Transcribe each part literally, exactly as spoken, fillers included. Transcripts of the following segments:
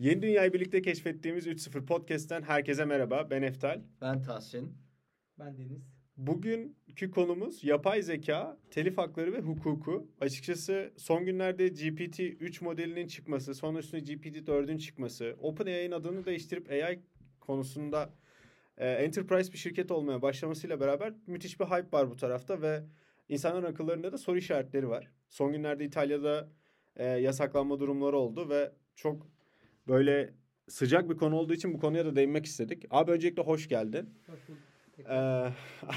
Yeni Dünya'yı birlikte keşfettiğimiz üç sıfır Podcast'ten herkese merhaba. Ben Eftal. Ben Tahsin. Ben Deniz. Bugünkü konumuz yapay zeka, telif hakları ve hukuku. Açıkçası son günlerde G P T üç modelinin çıkması, sonra üstüne G P T dördün çıkması, OpenAI'nin adını değiştirip A I konusunda e, enterprise bir şirket olmaya başlamasıyla beraber müthiş bir hype var bu tarafta ve insanların akıllarında da soru işaretleri var. Son günlerde İtalya'da e, yasaklanma durumları oldu ve çok böyle sıcak bir konu olduğu için bu konuya da değinmek istedik. Abi öncelikle hoş geldin. Hoş bulduk. Ee,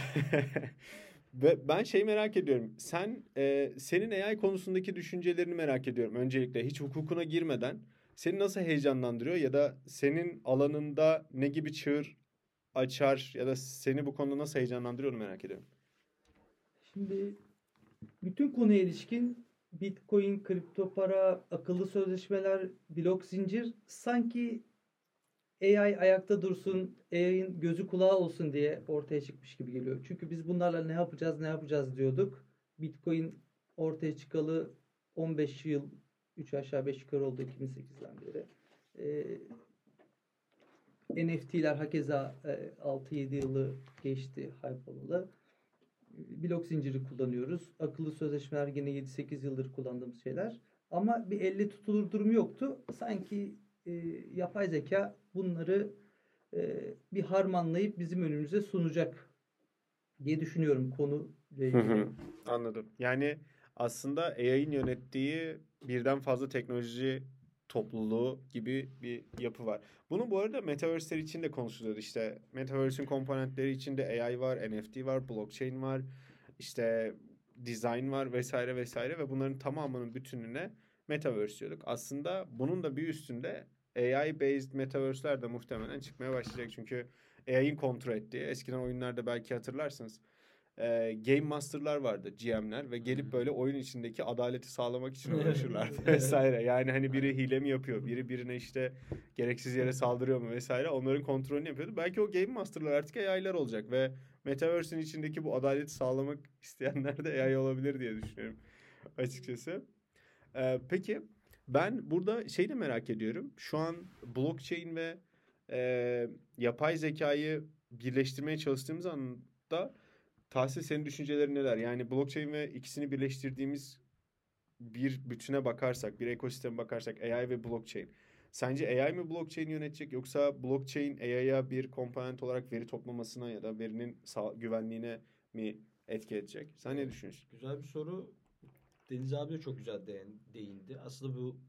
ve ben şeyi merak ediyorum. Sen e, senin A I konusundaki düşüncelerini merak ediyorum. Öncelikle hiç hukukuna girmeden seni nasıl heyecanlandırıyor ya da senin alanında ne gibi çığır açar ya da seni bu konuda nasıl heyecanlandırıyor onu merak ediyorum. Şimdi bütün konuya ilişkin Bitcoin, kripto para, akıllı sözleşmeler, blok zincir sanki A I ayakta dursun, A I'ın gözü kulağı olsun diye ortaya çıkmış gibi geliyor. Çünkü biz bunlarla ne yapacağız, ne yapacağız diyorduk. Bitcoin ortaya çıkalı on beş yıl, üç aşağı beş yukarı oldu iki bin sekizden beri. Ee, N F T'ler hakeza e, altı yedi yılı geçti hype olalı. Blok zinciri kullanıyoruz. Akıllı sözleşmeler yine yedi sekiz yıldır kullandığımız şeyler. Ama bir elle tutulur durum yoktu. Sanki e, yapay zeka bunları e, bir harmanlayıp bizim önümüze sunacak diye düşünüyorum konuyla ilgili. Anladım. Yani aslında A I'nin yönettiği birden fazla teknoloji topluluğu gibi bir yapı var. Bunun bu arada Metaverse'ler için de konuşuluyordu. İşte Metaverse'in komponentleri içinde A I var, N F T var, blockchain var, işte design var vesaire vesaire ve bunların tamamının bütününe Metaverse diyorduk. Aslında bunun da bir üstünde A I-based Metaverse'ler de muhtemelen çıkmaya başlayacak. Çünkü A I'nin kontrol ettiği, eskiden oyunlarda belki hatırlarsınız, e, Game Master'lar vardı, G M'ler ve gelip böyle oyun içindeki adaleti sağlamak için uğraşırlardı vesaire. Yani hani biri hile mi yapıyor, biri birine işte gereksiz yere saldırıyor mu vesaire, onların kontrolünü yapıyordu. Belki o Game Master'lar artık A I'lar olacak ve Metaverse'in içindeki bu adaleti sağlamak isteyenler de A I olabilir diye düşünüyorum açıkçası. Ee, peki ben burada şeyi de merak ediyorum. Şu an blockchain ve e, yapay zekayı birleştirmeye çalıştığımız anda Tahsin, senin düşüncelerin neler? Yani blockchain ve ikisini birleştirdiğimiz bir bütüne bakarsak, bir ekosisteme bakarsak, A I ve blockchain. Sence A I mi blockchain'i yönetecek, yoksa blockchain A I'ya bir komponent olarak veri toplamasına ya da verinin sağ, güvenliğine mi etki edecek? Sen ne düşünüyorsun? Güzel bir soru. Deniz abi de çok güzel değindi. Aslında bu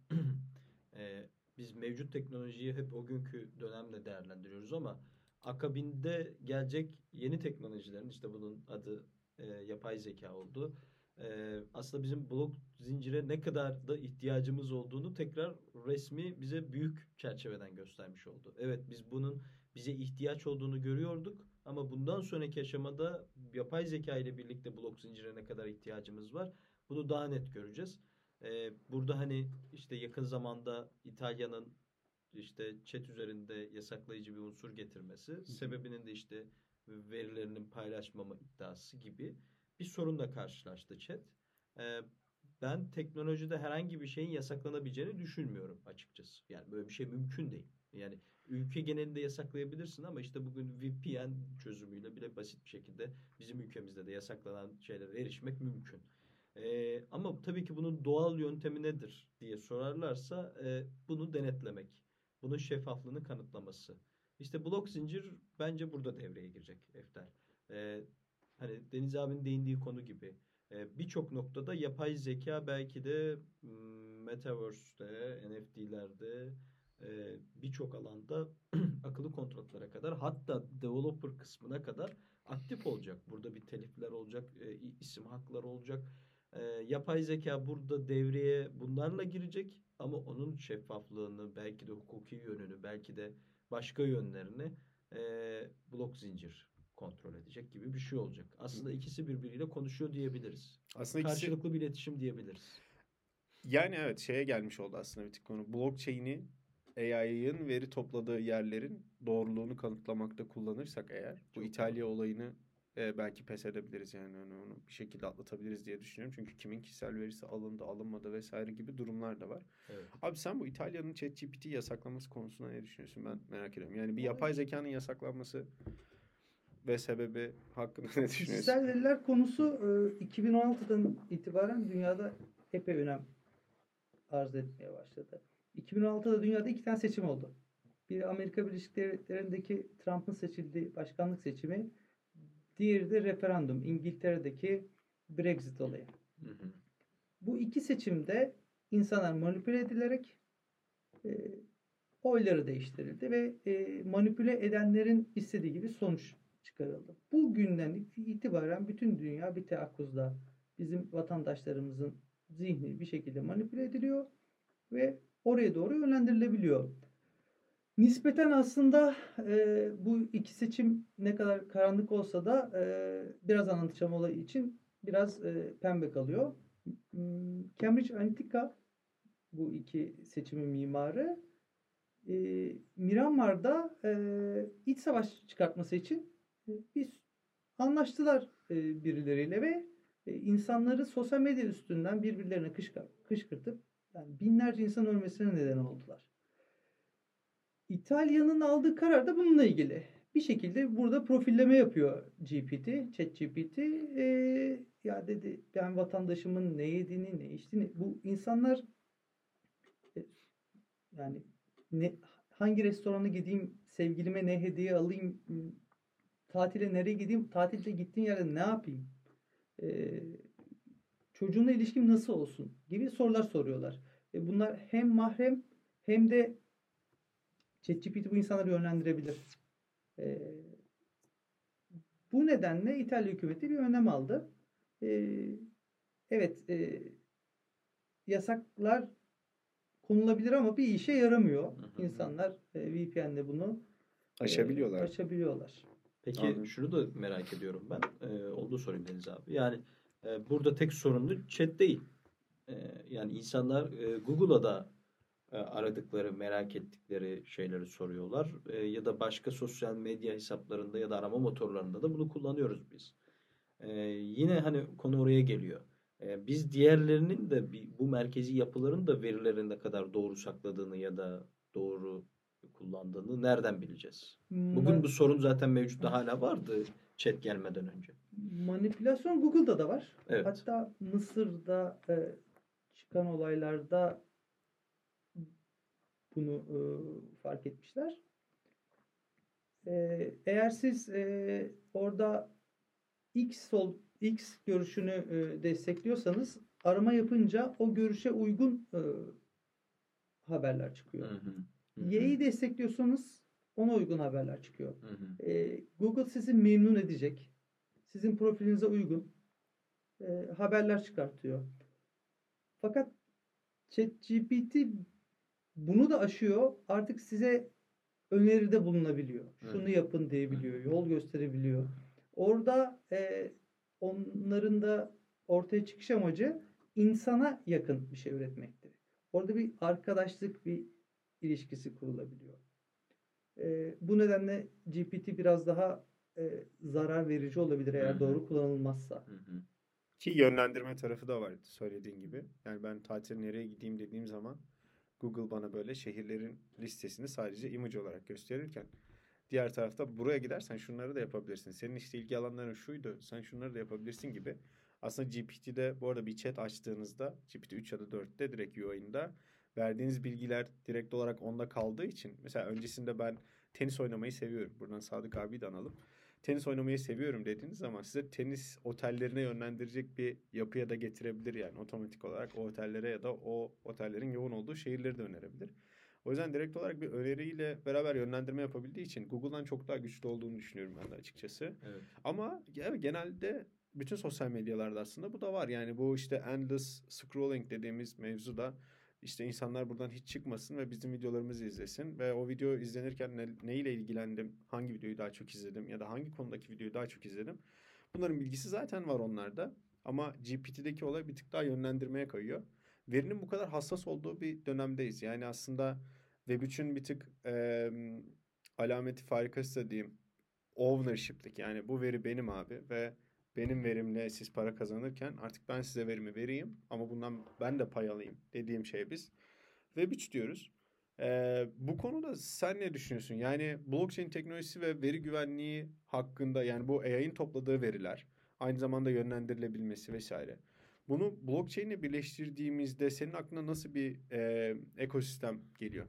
e, biz mevcut teknolojiyi hep o günkü dönemle değerlendiriyoruz ama akabinde gelecek yeni teknolojilerin, işte bunun adı e, yapay zeka oldu. E, aslında bizim blok zincire ne kadar da ihtiyacımız olduğunu tekrar resmi bize büyük çerçeveden göstermiş oldu. Evet, biz bunun bize ihtiyaç olduğunu görüyorduk ama bundan sonraki aşamada yapay zeka ile birlikte blok zincire ne kadar ihtiyacımız var, bunu daha net göreceğiz. Ee, burada hani işte yakın zamanda İtalya'nın işte chat üzerinde yasaklayıcı bir unsur getirmesi, hı hı, sebebinin de işte verilerinin paylaşmama iddiası gibi bir sorunla karşılaştı chat. Ee, ben teknolojide herhangi bir şeyin yasaklanabileceğini düşünmüyorum açıkçası. Yani böyle bir şey mümkün değil. Yani ülke genelinde yasaklayabilirsin ama işte bugün V P N çözümüyle bile basit bir şekilde bizim ülkemizde de yasaklanan şeylere erişmek mümkün. Ee, ama tabii ki bunun doğal yöntemi nedir diye sorarlarsa e, bunu denetlemek. Bunun şeffaflığını kanıtlaması. İşte blok zincir bence burada devreye girecek Eftel. Ee, hani Deniz abinin değindiği konu gibi e, birçok noktada yapay zeka belki de m, Metaverse'de, N F T'lerde, e, birçok alanda akıllı kontratlara kadar, hatta developer kısmına kadar aktif olacak. Burada bir telifler olacak, e, isim hakları olacak. E, yapay zeka burada devreye bunlarla girecek ama onun şeffaflığını, belki de hukuki yönünü, belki de başka yönlerini e, blok zincir kontrol edecek gibi bir şey olacak. Aslında ikisi birbiriyle konuşuyor diyebiliriz. Aslında Karşılıklı ikisi... bir iletişim diyebiliriz. Yani evet, şeye gelmiş oldu aslında bir tık konu. Blockchain'i A I'ın veri topladığı yerlerin doğruluğunu kanıtlamakta kullanırsak eğer, bu Çok İtalya doğru. olayını e, belki pes edebiliriz yani hani onu bir şekilde atlatabiliriz diye düşünüyorum. Çünkü kimin kişisel verisi alındı, alınmadı vesaire gibi durumlar da var. Evet. Abi sen bu İtalya'nın ChatGPT'yi yasaklaması konusunda ne düşünüyorsun? Ben merak ediyorum. Yani bir yapay zekanın yasaklanması ve sebebi hakkında ne düşünüyorsun? Kişisel veriler konusu e, iki bin on altıdan itibaren dünyada epey önem arz etmeye başladı. iki bin on altıda dünyada iki tane seçim oldu. Biri Amerika Birleşik Devletleri'ndeki Trump'ın seçildiği başkanlık seçimi, diğeri de referandum, İngiltere'deki Brexit olayı. Hı hı. Bu iki seçimde insanlar manipüle edilerek e, oyları değiştirildi ve e, manipüle edenlerin istediği gibi sonuç çıkarıldı. Bugünden itibaren bütün dünya bir teyakkuzda bizim vatandaşlarımızın zihni bir şekilde manipüle ediliyor ve oraya doğru yönlendirilebiliyor. Nispeten aslında e, bu iki seçim ne kadar karanlık olsa da e, biraz anlatacağım olayı için biraz e, pembe kalıyor. Cambridge Analytica bu iki seçimin mimarı. E, Myanmar'da e, iç savaş çıkartması için e, biz anlaştılar e, birileriyle ve e, insanları sosyal medya üstünden birbirlerine kışkır, kışkırtıp yani binlerce insan ölmesine neden oldular. İtalya'nın aldığı karar da bununla ilgili. Bir şekilde burada profilleme yapıyor G P T, ChatGPT. E, ya dedi ben vatandaşımın ne yediğini, ne içtiğini, bu insanlar e, yani ne, hangi restorana gideyim, sevgilime ne hediye alayım, tatile nereye gideyim, tatilde gittiğin yerde ne yapayım, e, çocuğunla ilişkim nasıl olsun gibi sorular soruyorlar. E, bunlar hem mahrem hem de ChatGPT bu insanları yönlendirebilir. E, bu nedenle İtalya hükümeti bir önlem aldı. E, evet, e, yasaklar konulabilir ama bir işe yaramıyor. Hı hı. İnsanlar e, V P N'le bunu aşabiliyorlar. E, aşabiliyorlar. Peki Anladım. Şunu da merak ediyorum ben. E, olduğu sorayım Deniz abi. Yani e, burada tek sorunlu chat değil. E, yani insanlar e, Google'a da e, aradıkları, merak ettikleri şeyleri soruyorlar. E, ya da başka sosyal medya hesaplarında ya da arama motorlarında da bunu kullanıyoruz biz. E, yine hani konu oraya geliyor. E, biz diğerlerinin de bir, bu merkezi yapıların da verilerini ne kadar doğru sakladığını ya da doğru kullandığını nereden bileceğiz? Bugün bu sorun zaten mevcutta hala vardı chat gelmeden önce. Manipülasyon Google'da da var. Evet. Hatta Mısır'da e, çıkan olaylarda bunu e, fark etmişler. E, eğer siz e, orada X sol X görüşünü e, destekliyorsanız arama yapınca o görüşe uygun e, haberler çıkıyor. Hı hı. Y'yi destekliyorsanız ona uygun haberler çıkıyor. Hı hı. E, Google sizi memnun edecek, sizin profilinize uygun e, haberler çıkartıyor. Fakat ChatGPT bunu da aşıyor. Artık size öneride bulunabiliyor. Şunu hı. yapın diyebiliyor. Yol gösterebiliyor. Orada e, onların da ortaya çıkış amacı insana yakın bir şey üretmektir. Orada bir arkadaşlık, bir ilişkisi kurulabiliyor. E, bu nedenle G P T biraz daha e, zarar verici olabilir eğer Hı-hı. doğru kullanılmazsa. Hı-hı. Ki yönlendirme tarafı da var söylediğin gibi. Yani ben tatil nereye gideyim dediğim zaman Google bana böyle şehirlerin listesini sadece image olarak gösterirken diğer tarafta buraya gidersen şunları da yapabilirsin. Senin işte ilgi alanların şuydu. Sen şunları da yapabilirsin gibi. Aslında G P T'de bu arada bir chat açtığınızda G P T üç ya da dörtte direkt U I'ında verdiğiniz bilgiler direkt olarak onda kaldığı için mesela öncesinde ben tenis oynamayı seviyorum. Buradan Sadık abiyi de analım. Tenis oynamayı seviyorum dediğiniz zaman size tenis otellerine yönlendirecek bir yapıya da getirebilir yani otomatik olarak o otellere ya da o otellerin yoğun olduğu şehirleri de önerebilir. O yüzden direkt olarak bir öneriyle beraber yönlendirme yapabildiği için Google'dan çok daha güçlü olduğunu düşünüyorum ben de açıkçası. Evet. Ama evet, genelde bütün sosyal medyalarda aslında bu da var. Yani bu işte endless scrolling dediğimiz mevzuda işte insanlar buradan hiç çıkmasın ve bizim videolarımızı izlesin ve o video izlenirken ne, neyle ilgilendim, hangi videoyu daha çok izledim ya da hangi konudaki videoyu daha çok izledim. Bunların bilgisi zaten var onlarda ama G P T'deki olay bir tık daha yönlendirmeye kayıyor. Verinin bu kadar hassas olduğu bir dönemdeyiz. Yani aslında Web üçün bir tık e, alameti farikası da diyeyim ownership'lik, yani bu veri benim abi ve benim verimle siz para kazanırken artık ben size verimi vereyim ama bundan ben de pay alayım dediğim şey biz Web üç diyoruz. Ee, bu konuda sen ne düşünüyorsun? Yani blockchain teknolojisi ve veri güvenliği hakkında, yani bu A I'nin topladığı veriler, aynı zamanda yönlendirilebilmesi vesaire. Bunu blockchain ile birleştirdiğimizde senin aklına nasıl bir e, ekosistem geliyor?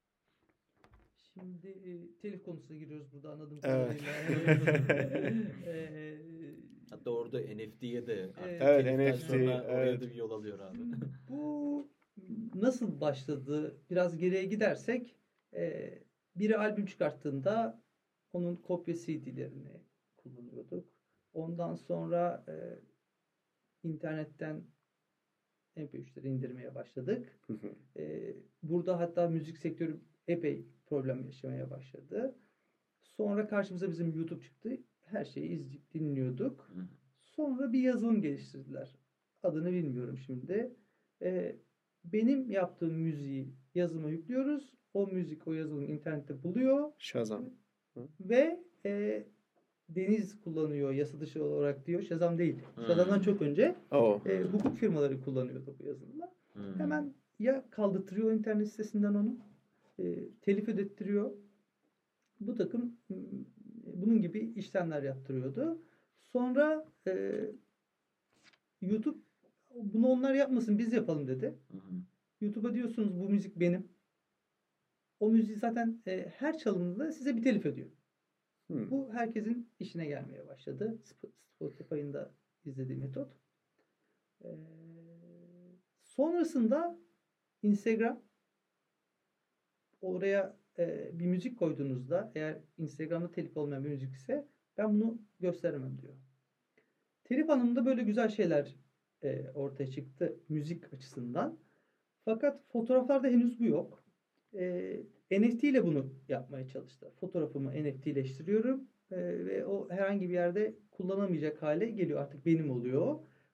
Şimdi e, telif konusuna giriyoruz burada anladığım Evet. kadarıyla. E, Hatta orada N F T'ye de artık Evet. Evet, teliften N F T, sonra oraya evet. da bir yol alıyor abi. Bu nasıl başladı? Biraz geriye gidersek e, biri albüm çıkarttığında onun kopya C D'lerini kullanıyorduk. Ondan sonra e, internetten M P üçleri indirmeye başladık. Hı hı. E, burada hatta müzik sektörü epey problem yaşamaya başladı. Sonra karşımıza bizim YouTube çıktı. Her şeyi izleyip dinliyorduk. Sonra bir yazılım geliştirdiler. Adını bilmiyorum şimdi. Ee, benim yaptığım müziği yazılıma yüklüyoruz. O müzik, o yazılım internette buluyor. Shazam. Ve e, Deniz kullanıyor yasa dışı olarak diyor. Shazam değil. Hmm. Shazam'dan çok önce Oh. e, hukuk firmaları kullanıyordu bu yazılımı. Hmm. Hemen ya kaldırtıyor internet sitesinden onu, e, telif ödettiriyor. Bu takım m, bunun gibi işlemler yaptırıyordu. Sonra e, YouTube bunu onlar yapmasın biz yapalım dedi. Hı hı. YouTube'a diyorsunuz bu müzik benim. O müziği zaten e, her çalımda size bir telif ödüyor. Hmm. Bu herkesin işine gelmeye başladı. Sp- Spotify'ın da izlediği metot. E, sonrasında Instagram, oraya e, bir müzik koyduğunuzda eğer Instagram'da telif olmayan bir müzik ise ben bunu gösteremem diyor. Telif anlamında böyle güzel şeyler e, ortaya çıktı müzik açısından. Fakat fotoğraflarda henüz bu yok. E, N F T ile bunu yapmaya çalıştı. Fotoğrafımı N F T'leştiriyorum e, ve o herhangi bir yerde kullanamayacak hale geliyor. Artık benim oluyor.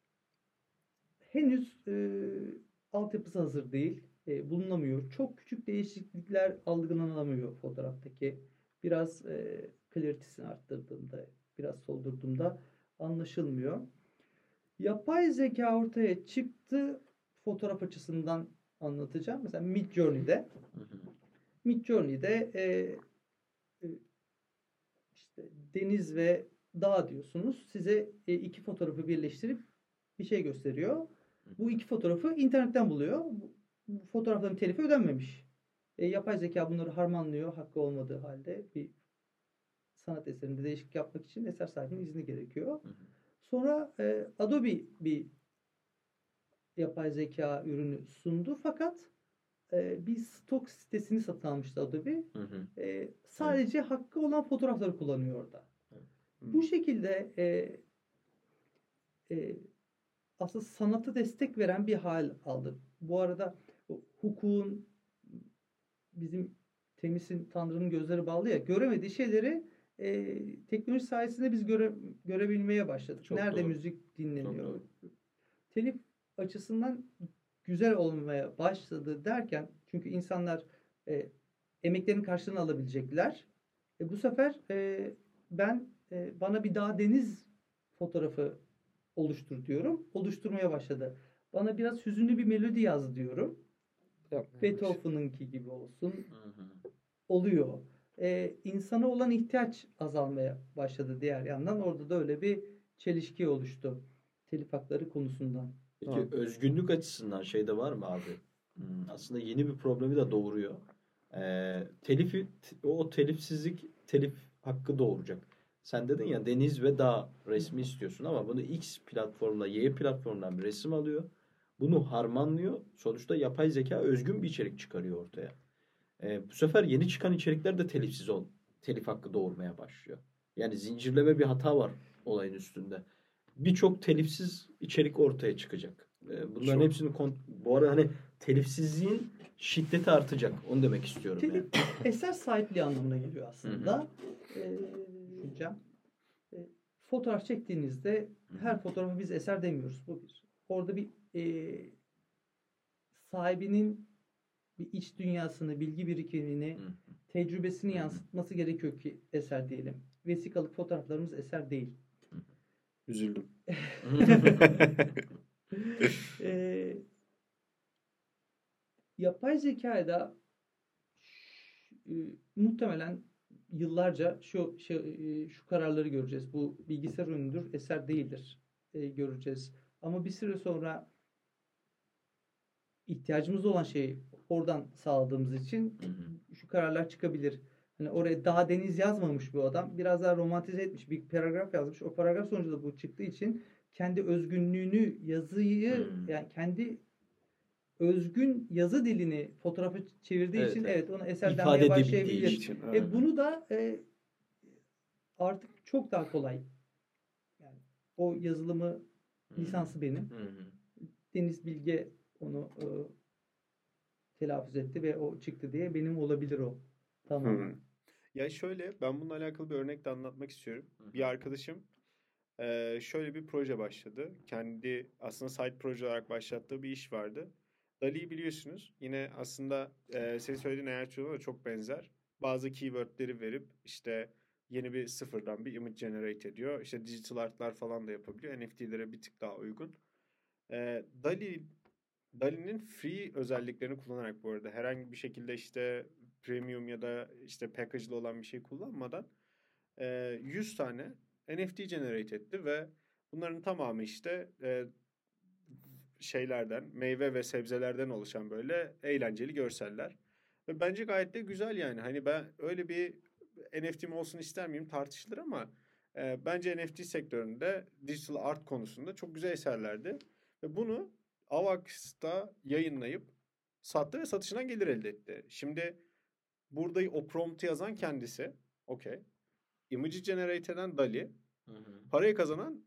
Henüz e, altyapısı hazır değil. E, bulunamıyor. Çok küçük değişiklikler algılanamıyor fotoğraftaki. Biraz e, clarity'sini arttırdığımda, biraz soldurduğumda anlaşılmıyor. Yapay zeka ortaya çıktı. Fotoğraf açısından anlatacağım. Mesela Midjourney'de Hı hı. Midjourney'de e, e, işte deniz ve dağ diyorsunuz. Size e, iki fotoğrafı birleştirip bir şey gösteriyor. Bu iki fotoğrafı internetten buluyor. Bu, bu fotoğrafların telifi ödenmemiş. E, yapay zeka bunları harmanlıyor hakkı olmadığı halde. Bir sanat eserinde değişiklik yapmak için eser sahibinin izni gerekiyor. Hı hı. Sonra e, Adobe bir yapay zeka ürünü sundu fakat e, bir stok sitesini satın almıştı Adobe. Hı hı. E, sadece hakkı olan fotoğrafları kullanıyor orada. Evet. Bu şekilde e, e, aslında sanatı destek veren bir hal aldı. Bu arada hukukun, bizim Temiz'in Tanrı'nın gözleri bağlı ya, göremediği şeyleri e, teknoloji sayesinde biz göre, görebilmeye başladık. Çok Nerede doğru. müzik dinleniyor? Çok doğru. Telif açısından güzel olmaya başladı derken, çünkü insanlar e, emeklerinin karşılığını alabilecekler. E, bu sefer e, ben e, bana bir dağ deniz fotoğrafı oluştur diyorum. Oluşturmaya başladı. Bana biraz hüzünlü bir melodi yaz diyorum. Beethoven'ınki gibi olsun. Hı hı. Oluyor. Ee, insana olan ihtiyaç azalmaya başladı diğer yandan. Orada da öyle bir çelişki oluştu. Telif hakları konusundan. Peki Tamam. özgünlük açısından şey de var mı abi? Hmm, aslında yeni bir problemi de doğuruyor. Ee, telifi, t- o telifsizlik telif hakkı doğuracak. Sen dedin ya deniz ve dağ resmi istiyorsun ama bunu X platformla Y platformdan bir resim alıyor. Bunu harmanlıyor. Sonuçta yapay zeka özgün bir içerik çıkarıyor ortaya. Ee, bu sefer yeni çıkan içerikler de telifsiz ol, telif hakkı doğurmaya başlıyor. Yani zincirleme bir hata var olayın üstünde. Birçok telifsiz içerik ortaya çıkacak. Ee, bunların Çok. hepsini kont- bu arada hani telifsizliğin şiddeti artacak. Onu demek istiyorum yani. Telif eser sahipliği anlamına geliyor aslında. Ee, düşüneceğim. Ee, fotoğraf çektiğinizde her fotoğrafa biz eser demiyoruz. Bu bir. Orada bir e, sahibinin bir iç dünyasını, bilgi birikimini, Hı. tecrübesini Hı hı. yansıtması gerekiyor ki eser diyelim. vesikalık fotoğraflarımız eser değil. Üzüldüm. e, yapay zekada e, muhtemelen yıllarca şu şu, e, şu kararları göreceğiz. Bu bilgisayar ürünüdür, eser değildir e, göreceğiz. Ama bir süre sonra ihtiyacımız olan şeyi oradan sağladığımız için şu kararlar çıkabilir. Hani oraya dağ deniz yazmamış bu adam. Biraz daha romantize etmiş. Bir paragraf yazmış. O paragraf sonucunda bu çıktığı için kendi özgünlüğünü, yazıyı Hmm. yani kendi özgün yazı dilini fotoğrafa çevirdiği Evet, için evet. evet ona eser İfade denmeye edebildiği başlayabilir. için, E, evet. bunu da e, artık çok daha kolay. Yani o yazılımı lisansı benim. Hı hı. Deniz Bilge onu e, telaffuz etti ve o çıktı diye benim olabilir o. Tamam. Hmm. Ya şöyle, ben bununla alakalı bir örnek de anlatmak istiyorum. Hı hı. Bir arkadaşım eee, şöyle bir proje başladı. Kendi aslında side proje olarak başlattığı bir iş vardı. DALL-E'yi biliyorsunuz. Yine aslında eee senin söylediğin A I tool'una da çok benzer. Bazı keywordleri verip işte yeni bir sıfırdan bir image generate ediyor. İşte digital artlar falan da yapabiliyor. N F T'lere bir tık daha uygun. Eee DALL-E DALL-E'nin free özelliklerini kullanarak bu arada herhangi bir şekilde işte premium ya da işte package'lı olan bir şey kullanmadan e, yüz tane N F T generate etti ve bunların tamamı işte e, şeylerden, meyve ve sebzelerden oluşan böyle eğlenceli görseller. Ve bence gayet de güzel yani. Hani ben öyle bir N F T'm olsun ister miyim tartışılır ama e, bence N F T sektöründe digital art konusunda çok güzel eserlerdi. Ve bunu Avax'ta yayınlayıp sattı ve satışından gelir elde etti. Şimdi burada o promptu yazan kendisi. Okey. Image generate eden DALL-E. Hı hı. Parayı kazanan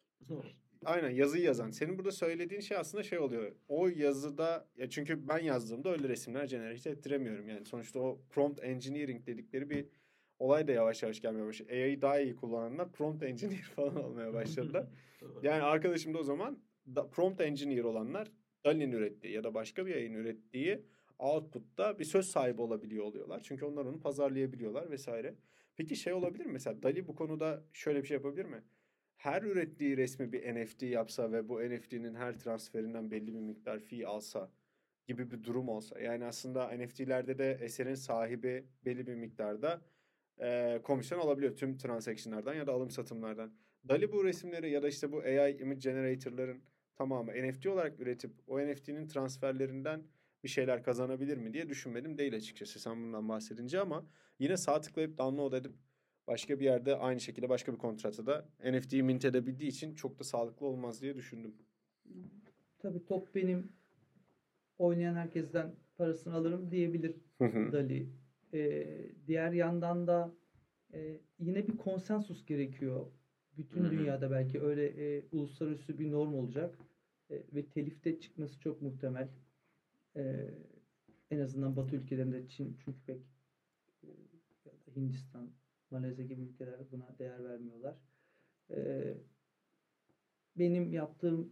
aynen yazıyı yazan. Senin burada söylediğin şey aslında şey oluyor. O yazıda ya çünkü ben yazdığımda öyle resimler generate ettiremiyorum. Yani sonuçta o prompt engineering dedikleri bir olay da yavaş yavaş gelmeye başladı. A I'yi daha iyi kullananlar prompt engineer falan olmaya başladılar. Yani arkadaşım da o zaman da, prompt engineer olanlar DALL-E'nin ürettiği ya da başka bir yayın ürettiği output'ta bir söz sahibi olabiliyor oluyorlar. Çünkü onlar onu pazarlayabiliyorlar vesaire. Peki şey olabilir mi? Mesela DALL-E bu konuda şöyle bir şey yapabilir mi? Her ürettiği resmi bir N F T yapsa ve bu N F T'nin her transferinden belli bir miktar fee alsa gibi bir durum olsa. Yani aslında N F T'lerde de eserin sahibi belli bir miktarda e, komisyon alabiliyor tüm transaction'lardan ya da alım satımlardan. DALL-E bu resimleri ya da işte bu A I image generator'ların tamamı N F T olarak üretip o N F T'nin transferlerinden bir şeyler kazanabilir mi diye düşünmedim değil açıkçası sen bundan bahsedince ama yine sağ tıklayıp download edip başka bir yerde aynı şekilde başka bir kontrata da N F T'yi mint edebildiği için çok da sağlıklı olmaz diye düşündüm. Tabii top benim, oynayan herkesten parasını alırım diyebilir DALL-E. Ee, diğer yandan da e, yine bir konsensus gerekiyor. Bütün Hı hı. dünyada belki öyle e, uluslararası bir norm olacak. E, ve telifte çıkması çok muhtemel. E, en azından Batı ülkelerinde Çin çünkü pek e, ya da Hindistan, Malezya gibi ülkeler buna değer vermiyorlar. E, benim yaptığım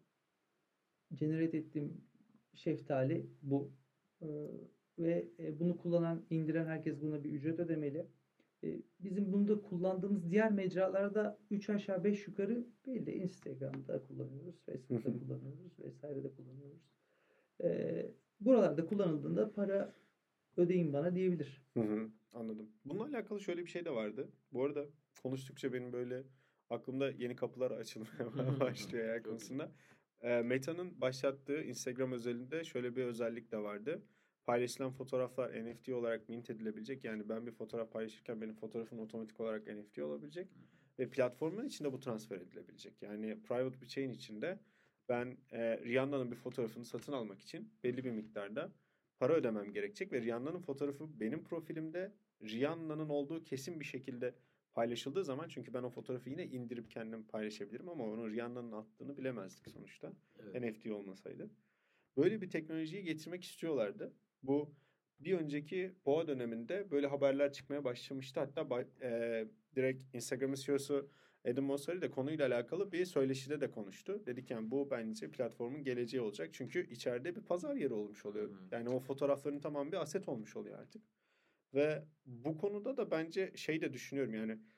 generate ettiğim şeftali bu. E, ve e, bunu kullanan, indiren herkes buna bir ücret ödemeli. E, bizim bunu da kullandığımız diğer mecralarda üç aşağı beş yukarı belli. Instagram'da kullanıyoruz, Facebook'ta kullanıyoruz vesairede kullanıyoruz. E, buralarda kullanıldığında para ödeyin bana diyebilir. Hı hı, anladım. Bununla alakalı şöyle bir şey de vardı. Bu arada konuştukça benim böyle aklımda yeni kapılar açılmaya başlıyor ya konusunda. E, Meta'nın başlattığı Instagram özelinde şöyle bir özellik de vardı. Paylaşılan fotoğraflar N F T olarak mint edilebilecek. Yani ben bir fotoğraf paylaşırken benim fotoğrafım otomatik olarak N F T olabilecek. Ve platformun içinde bu transfer edilebilecek. Yani private bir chain içinde ben e, Rihanna'nın bir fotoğrafını satın almak için belli bir miktarda para ödemem gerekecek ve Rihanna'nın fotoğrafı benim profilimde Rihanna'nın olduğu kesin bir şekilde paylaşıldığı zaman çünkü ben o fotoğrafı yine indirip kendim paylaşabilirim ama onu Rihanna'nın attığını bilemezdik sonuçta. Evet. N F T olmasaydı. Böyle bir teknolojiyi getirmek istiyorlardı. Bu bir önceki boğa döneminde böyle haberler çıkmaya başlamıştı. Hatta e, direkt Instagram'ın C E O'su Adam Mosseri de konuyla alakalı bir söyleşide de konuştu. Dedik yani bu bence platformun geleceği olacak. Çünkü içeride bir pazar yeri olmuş oluyor. Hı-hı. Yani o fotoğrafların tamamı bir aset olmuş oluyor artık. Ve bu konuda da bence şey de düşünüyorum yani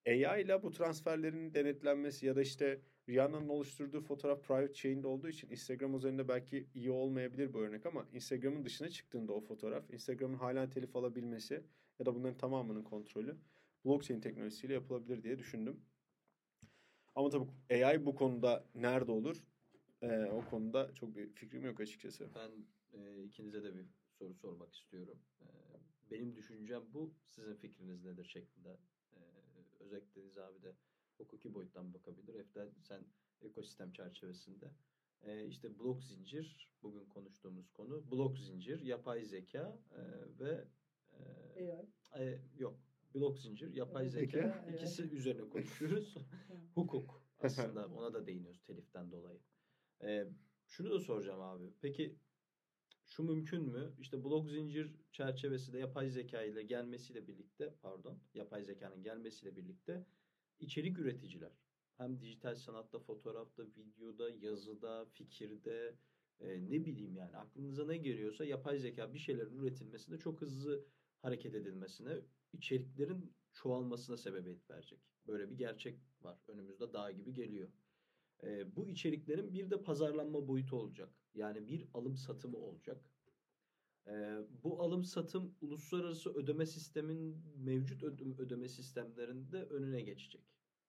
A I ile bu transferlerin denetlenmesi ya da işte Rihanna'nın oluşturduğu fotoğraf private chain'de olduğu için Instagram üzerinde belki iyi olmayabilir bu örnek ama Instagram'ın dışına çıktığında o fotoğraf, Instagram'ın hala telif alabilmesi ya da bunların tamamının kontrolü blockchain teknolojisiyle yapılabilir diye düşündüm. Ama tabii A I bu konuda nerede olur? Ee, o konuda çok bir fikrim yok açıkçası. Ben e, ikinize de bir soru sormak istiyorum. E, benim düşüncem bu. Sizin fikriniz nedir şeklinde. E, özellikle Deniz abi de hukuki boyuttan bakabilir. Eften sen ekosistem çerçevesinde. E, işte blok zincir, bugün konuştuğumuz konu. Blok zincir, yapay zeka e, ve e, A I. e, yok. Blok zincir, yapay Evet, zeka. zeka, İkisi evet. üzerine konuşuyoruz. Hukuk aslında, ona da değiniyoruz teliften dolayı. E, şunu da soracağım abi. Peki şu mümkün mü? İşte blok zincir çerçevesinde yapay zeka ile gelmesiyle birlikte, pardon, yapay zekanın gelmesiyle birlikte içerik üreticiler hem dijital sanatta, fotoğrafta, videoda, yazıda, fikirde, e, ne bileyim yani aklınıza ne geliyorsa yapay zeka bir şeylerin üretilmesinde çok hızlı hareket edilmesine, içeriklerin çoğalmasına sebebiyet verecek. Böyle bir gerçek var. Önümüzde dağ gibi geliyor. E, bu içeriklerin bir de pazarlanma boyutu olacak. Yani bir alım satımı olacak. E, bu alım satım uluslararası ödeme sistemin mevcut ödeme, ödeme sistemlerinde önüne geçecek.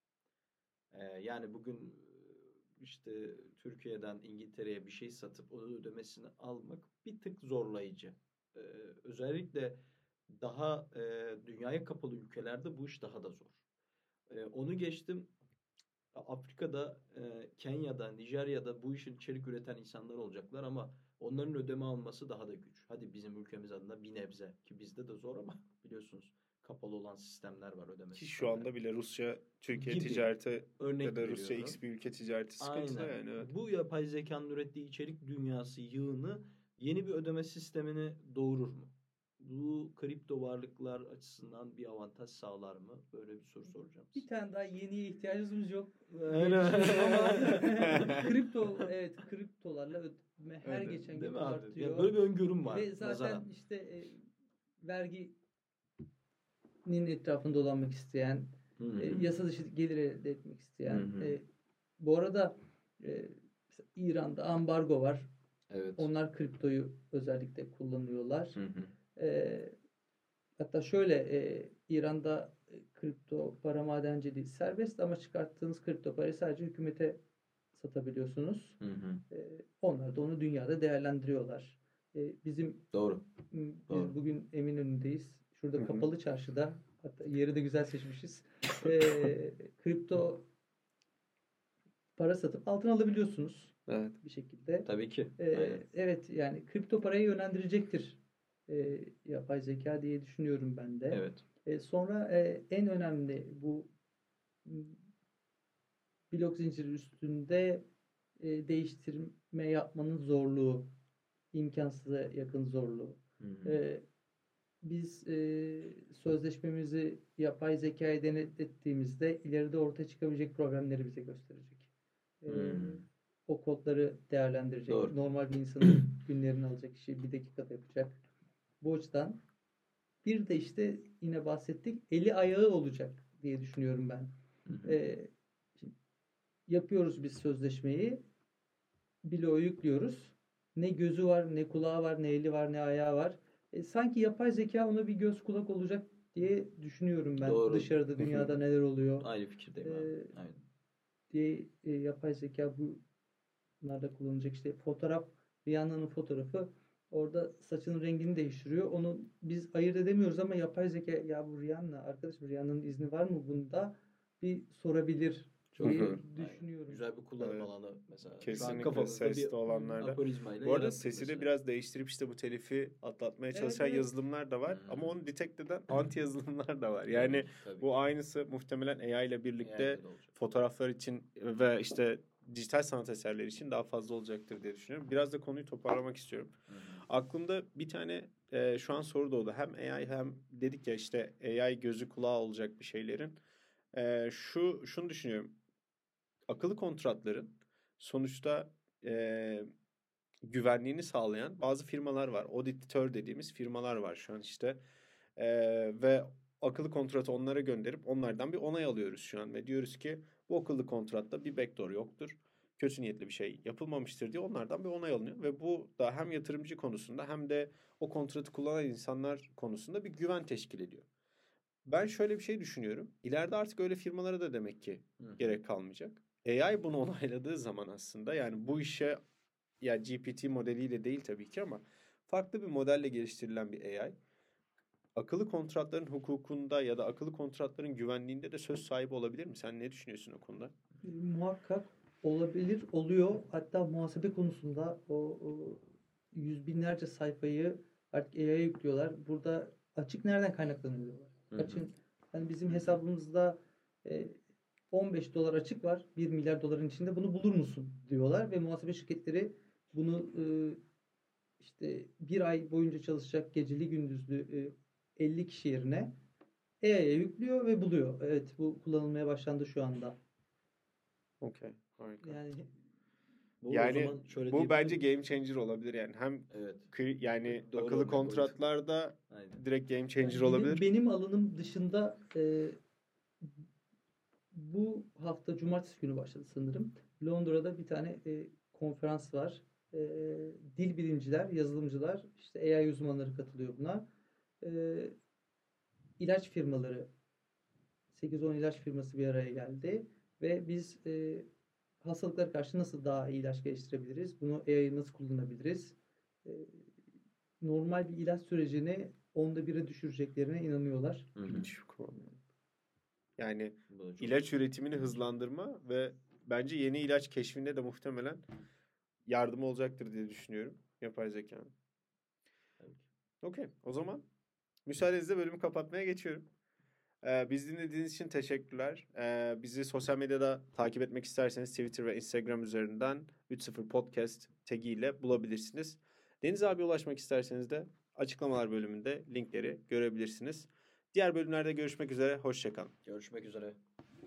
E, yani bugün e, işte Türkiye'den İngiltere'ye bir şey satıp onun ödemesini almak bir tık zorlayıcı. E, özellikle daha e, dünyaya kapalı ülkelerde bu iş daha da zor. E, onu geçtim. Afrika'da, e, Kenya'da, Nijerya'da bu işin içerik üreten insanlar olacaklar ama onların ödeme alması daha da güç. Hadi bizim ülkemiz adına bir nebze ki bizde de zor ama biliyorsunuz kapalı olan sistemler var, ödeme Ki şu sistemleri. anda bile Rusya Türkiye Gibi. ticareti Örnek ya da Rusya veriyorum. X bir ülke ticareti sıkıntıda Aynen. yani. Evet. Bu yapay zekanın ürettiği içerik dünyası yığını yeni bir ödeme sistemini doğurur mu? Bu kripto varlıklar açısından bir avantaj sağlar mı? Böyle bir soru soracağım Bir size. tane daha yeniye ihtiyacımız yok. Aynen. Kripto, evet, kriptolarla ödeme her Evet, geçen değil gün mi abi? artıyor. Ya böyle bir öngörüm var. Ve zaten nazaran. işte e, verginin etrafında dolanmak isteyen, Hı-hı. e, yasa dışı gelir elde etmek isteyen. Hı hı. E, bu arada e, mesela İran'da ambargo var. Evet. Onlar kriptoyu özellikle kullanıyorlar. Hı hı. E, hatta şöyle e, İran'da e, kripto para madenciliği serbest ama çıkarttığınız kripto parayı sadece hükümete satabiliyorsunuz. Hı hı. E, onlar da onu dünyada değerlendiriyorlar. E, bizim Doğru. biz Doğru. bugün Eminönü'ndeyiz. Şurada Hı hı. kapalı çarşıda, hatta yeri de güzel seçmişiz. E, kripto para satıp altın alabiliyorsunuz Evet. bir şekilde. Tabii ki. E, Aynen. evet, yani kripto parayı yönlendirecektir e, yapay zeka diye düşünüyorum ben de. Evet. E, sonra e, en önemli bu m, blok zinciri üstünde e, değiştirme yapmanın zorluğu, imkansıza yakın zorluğu. Hı hı. E, biz e, sözleşmemizi yapay zekaya denetlettiğimizde ileride ortaya çıkabilecek problemleri bize gösterecek. E, Hmm. o kodları değerlendirecek. Doğru. Normal bir insanın günlerini alacak işi bir dakikada yapacak. Bu açıdan bir de işte yine bahsettik, eli ayağı olacak diye düşünüyorum ben. Hı hı. E, şimdi yapıyoruz biz sözleşmeyi. Bloğu yüklüyoruz. Ne gözü var, ne kulağı var, ne eli var, ne ayağı var. E, sanki yapay zeka ona bir göz kulak olacak diye düşünüyorum ben. Doğru. Dışarıda, dünyada neler oluyor Aynı fikirdeyim Ee, abi. Aynen. diye e, yapay zeka bunlarda kullanılacak. İşte fotoğraf, Rihanna'nın fotoğrafı orada saçının rengini değiştiriyor. Onu biz ayırt edemiyoruz ama yapay zeka, ya bu Rihanna, arkadaşım Rihanna'nın izni var mı bunda, bir sorabilir Çok diye Hı hı. Aynen. düşünüyorum. Güzel bir kullanım Evet. alanı mesela. Şu an Kesinlikle kafamızda bir sesli olanlarda. aforizmayla Bu arada yarattık sesi de mesela. biraz değiştirip işte bu telifi atlatmaya Evet, çalışan evet. yazılımlar da var. Hmm. Ama onu detect eden anti yazılımlar da var. Yani Tabii bu ki. aynısı muhtemelen A I ile birlikte A I'de de olacak. fotoğraflar için ve işte dijital sanat eserleri için daha fazla olacaktır diye düşünüyorum. Biraz da konuyu toparlamak istiyorum. Hı hı. Aklımda bir tane e, şu an soru doğdu. Hem A I hem dedik ya işte A I gözü kulağı olacak bir şeylerin. E, şu şunu düşünüyorum. Akıllı kontratların sonuçta e, güvenliğini sağlayan bazı firmalar var. Auditör dediğimiz firmalar var şu an işte. E, ve akıllı kontratı onlara gönderip onlardan bir onay alıyoruz şu an ve diyoruz ki bu akıllı kontratta bir backdoor yoktur. Kötü niyetli bir şey yapılmamıştır diye onlardan bir onay alınıyor ve bu da hem yatırımcı konusunda hem de o kontratı kullanan insanlar konusunda bir güven teşkil ediyor. Ben şöyle bir şey düşünüyorum. İleride artık öyle firmalara da demek ki Hı. gerek kalmayacak. A I bunu onayladığı zaman aslında yani bu işe ya G P T modeliyle değil tabii ki ama farklı bir modelle geliştirilen bir A I akıllı kontratların hukukunda ya da akıllı kontratların güvenliğinde de söz sahibi olabilir mi? Sen ne düşünüyorsun o konuda? Muhakkak olabilir, oluyor. Hatta muhasebe konusunda o, o yüz binlerce sayfayı artık A I'ye yüklüyorlar. Burada açık nereden kaynaklanıyor diyorlar. Hı hı. Açın, hani bizim hesabımızda e, on beş dolar açık var. bir milyar doların içinde bunu bulur musun diyorlar ve muhasebe şirketleri bunu e, işte bir ay boyunca çalışacak geceli gündüzlü e, elli kişi yerine A I'ye yüklüyor ve buluyor. Evet, bu kullanılmaya başlandı şu anda. Okey. Harika. Yani Bu o Yani zaman şöyle bu diyebilir bence miyiz? game changer olabilir yani. Hem Evet. kri- yani Doğru akıllı örnek oydu. kontratlarda Aynen. direkt game changer yani benim, olabilir. benim alanım dışında e, bu hafta cumartesi günü başladı sanırım. Londra'da bir tane e, konferans var. E, dil bilimciler, yazılımcılar, işte A I uzmanları katılıyor buna. E, ilaç firmaları, sekiz on ilaç firması bir araya geldi ve biz e, hastalıklara karşı nasıl daha iyi ilaç geliştirebiliriz? Bunu A I'yi nasıl kullanabiliriz? E, normal bir ilaç sürecini onda bire düşüreceklerine inanıyorlar. Hı hı. Hiç kullanmıyorum. Yani Bu da çok ilaç üretimini hızlandırma ve bence yeni ilaç keşfinde de muhtemelen yardım olacaktır diye düşünüyorum yapay zekanın. Tabii ki. Okey. O zaman müsaadenizle bölümü kapatmaya geçiyorum. Ee, biz dinlediğiniz için teşekkürler. Ee, bizi sosyal medyada takip etmek isterseniz Twitter ve Instagram üzerinden üç sıfır podcast tagiyle bulabilirsiniz. Deniz abiye ulaşmak isterseniz de açıklamalar bölümünde linkleri görebilirsiniz. Diğer bölümlerde görüşmek üzere. Hoşça kalın. Görüşmek üzere.